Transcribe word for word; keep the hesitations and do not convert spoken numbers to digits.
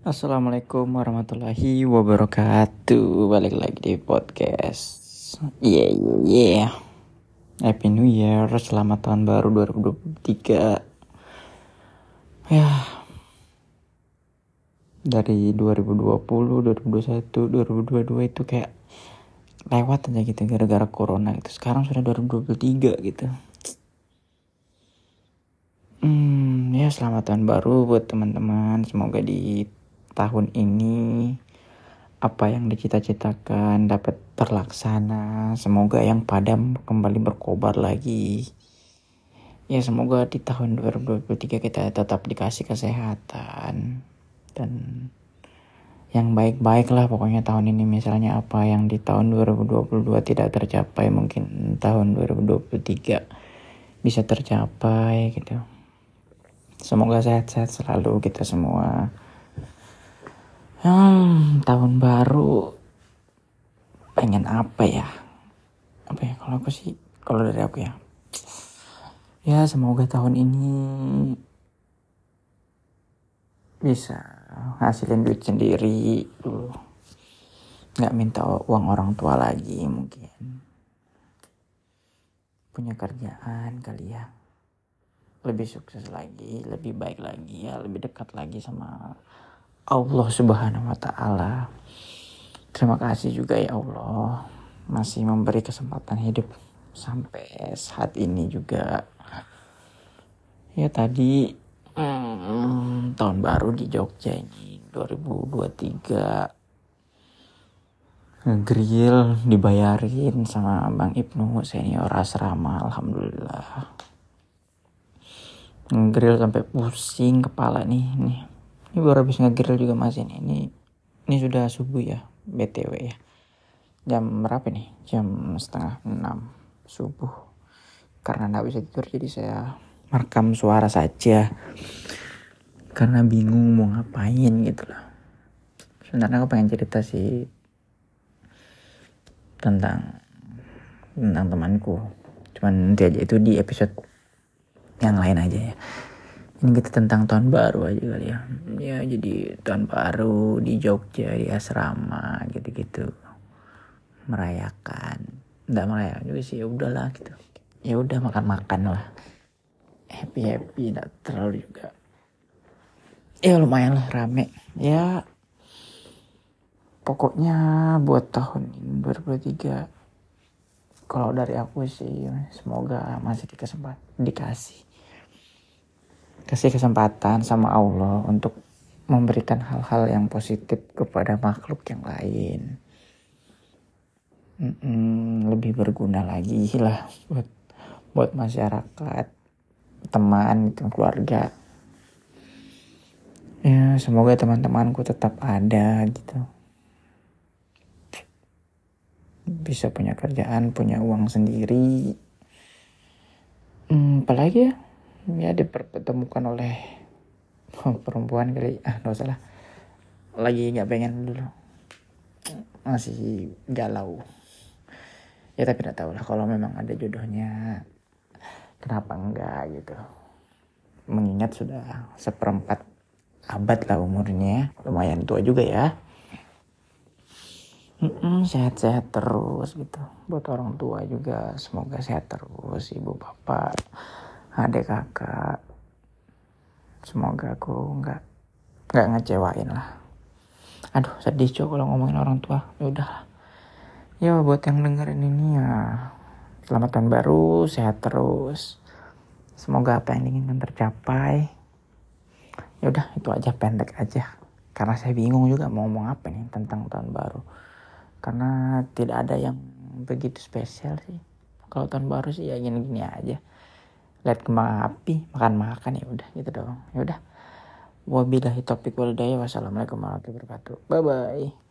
Assalamualaikum warahmatullahi wabarakatuh. Balik lagi di podcast. Yeah, yeah, yeah. Happy New Year. Selamat tahun baru dua ribu dua puluh tiga. Ya. Dari dua ribu dua puluh, dua ribu dua puluh satu, dua ribu dua puluh dua itu kayak lewat aja gitu gara-gara corona gitu. Sekarang sudah dua ribu dua puluh tiga gitu. Hmm, ya selamat tahun baru buat teman-teman. Semoga di tahun ini apa yang dicita-citakan dapat terlaksana. Semoga yang padam kembali berkobar lagi. Ya semoga di tahun dua ribu dua puluh tiga kita tetap dikasih kesehatan dan yang baik-baik lah pokoknya tahun ini. Misalnya apa yang di tahun dua ribu dua puluh dua tidak tercapai, mungkin tahun dua ribu dua puluh tiga bisa tercapai gitu. Semoga sehat-sehat selalu kita semua. Hmm, tahun baru pengen apa ya? Apa ya kalau aku sih, kalau dari aku ya. Ya semoga tahun ini bisa hasilin duit sendiri dulu. Nggak minta uang orang tua lagi mungkin. Punya kerjaan kali ya. Lebih sukses lagi, lebih baik lagi ya, lebih dekat lagi sama Allah Subhanahu wa taala. Terima kasih juga ya Allah masih memberi kesempatan hidup sampai saat ini juga. Ya tadi hmm, tahun baru di Jogja ini dua ribu dua puluh tiga ngegrill dibayarin sama Bang Ibnu senior asrama, alhamdulillah. Ngegrill sampai pusing kepala nih nih. Ini baru habis ngegrill juga masih nih. Ini ini sudah subuh ya, B T W ya. Jam berapa nih? Jam setengah enam subuh. Karena nggak bisa tidur jadi saya merekam suara saja. Karena bingung mau ngapain gitu loh. Sebenarnya aku pengen cerita sih tentang tentang temanku. Cuman nanti aja itu di episode yang lain aja ya. Ini kita tentang tahun baru aja kali ya. Ya jadi tahun baru di Jogja di asrama gitu-gitu. Merayakan. Enggak merayakan juga sih, ya udahlah gitu. Ya udah makan-makan lah. Happy-happy, enggak terlalu juga. Ya lumayan lah rame. Ya pokoknya buat tahun ini dua ribu dua puluh tiga kalau dari aku sih semoga masih dikesempatan dikasih kasih kesempatan sama Allah untuk memberikan hal-hal yang positif kepada makhluk yang lain. Mm-mm, lebih berguna lagi lah buat buat masyarakat, teman, keluarga. Ya semoga teman-temanku tetap ada gitu. Bisa punya kerjaan, punya uang sendiri. Hmm, apalagi ya? Ya dipertemukan oleh perempuan kali. Ah, gak usah lah. Lagi gak pengen dulu. Masih galau. Ya tapi gak tahu lah kalau memang ada jodohnya. Kenapa enggak gitu. Mengingat sudah seperempat abad lah umurnya. Lumayan tua juga ya. Mm-mm, sehat-sehat terus gitu. Buat orang tua juga semoga sehat terus, ibu bapak, adik kakak. Semoga aku nggak nggak ngecewain lah. Aduh sedih coy kalau ngomongin orang tua. Ya udah. Ya buat yang dengerin ini ya selamat tahun baru, sehat terus. Semoga apa yang diinginkan tercapai. Ya udah itu aja, pendek aja. Karena saya bingung juga mau ngomong apa nih tentang tahun baru. Karena tidak ada yang begitu spesial sih. Kalau tahun baru sih ya gini-gini aja. Lihat kembang api, makan-makan ya udah gitu doang. Ya udah. Wabillahi taufiq wal hidayah. Wassalamualaikum warahmatullahi wabarakatuh. Bye bye.